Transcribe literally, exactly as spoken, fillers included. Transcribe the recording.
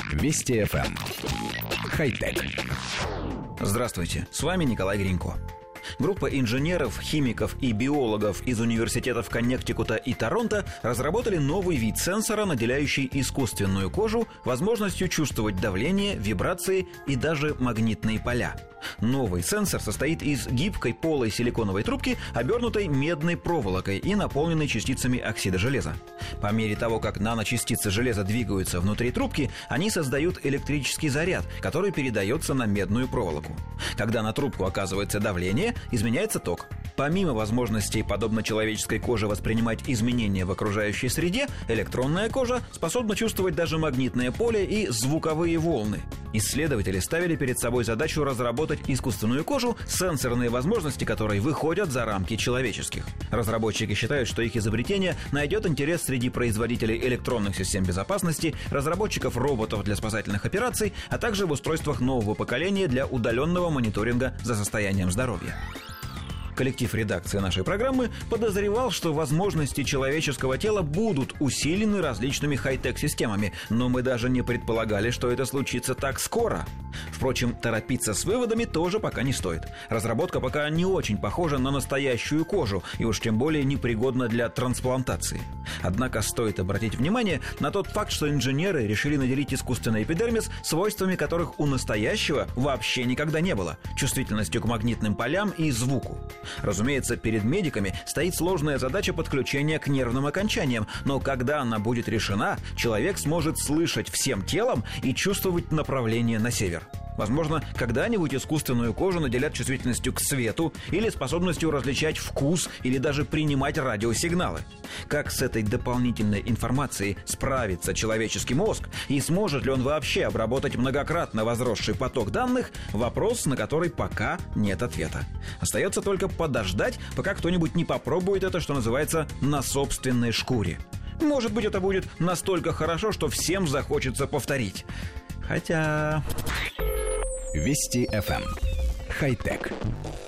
Вести эф эм. Хай-тек. Здравствуйте, с вами Николай Гринько. Группа инженеров, химиков и биологов из университетов Коннектикута и Торонто разработали новый вид сенсора, наделяющий искусственную кожу возможностью чувствовать давление, вибрации и даже магнитные поля. Новый сенсор состоит из гибкой полой силиконовой трубки, обернутой медной проволокой и наполненной частицами оксида железа. По мере того, как наночастицы железа двигаются внутри трубки, они создают электрический заряд, который передается на медную проволоку. Когда на трубку оказывается давление, изменяется ток. Помимо возможностей, подобно человеческой коже, воспринимать изменения в окружающей среде, электронная кожа способна чувствовать даже магнитное поле и звуковые волны. Исследователи ставили перед собой задачу разработать искусственную кожу, сенсорные возможности которой выходят за рамки человеческих. Разработчики считают, что их изобретение найдет интерес среди производителей электронных систем безопасности, разработчиков роботов для спасательных операций, а также в устройствах нового поколения для удаленного мониторинга за состоянием здоровья. Коллектив редакции нашей программы подозревал, что возможности человеческого тела будут усилены различными хай-тек-системами, но мы даже не предполагали, что это случится так скоро. Впрочем, торопиться с выводами тоже пока не стоит. Разработка пока не очень похожа на настоящую кожу, и уж тем более непригодна для трансплантации. Однако стоит обратить внимание на тот факт, что инженеры решили наделить искусственный эпидермис свойствами, которых у настоящего вообще никогда не было – чувствительностью к магнитным полям и звуку. Разумеется, перед медиками стоит сложная задача подключения к нервным окончаниям, но когда она будет решена, человек сможет слышать всем телом и чувствовать направление на север. Возможно, когда-нибудь искусственную кожу наделят чувствительностью к свету или способностью различать вкус или даже принимать радиосигналы. Как с этой дополнительной информацией справится человеческий мозг и сможет ли он вообще обработать многократно возросший поток данных – вопрос, на который пока нет ответа. Остается только подождать, пока кто-нибудь не попробует это, что называется, на собственной шкуре. Может быть, это будет настолько хорошо, что всем захочется повторить. Хотя... Вести эф эм. Хай-тек.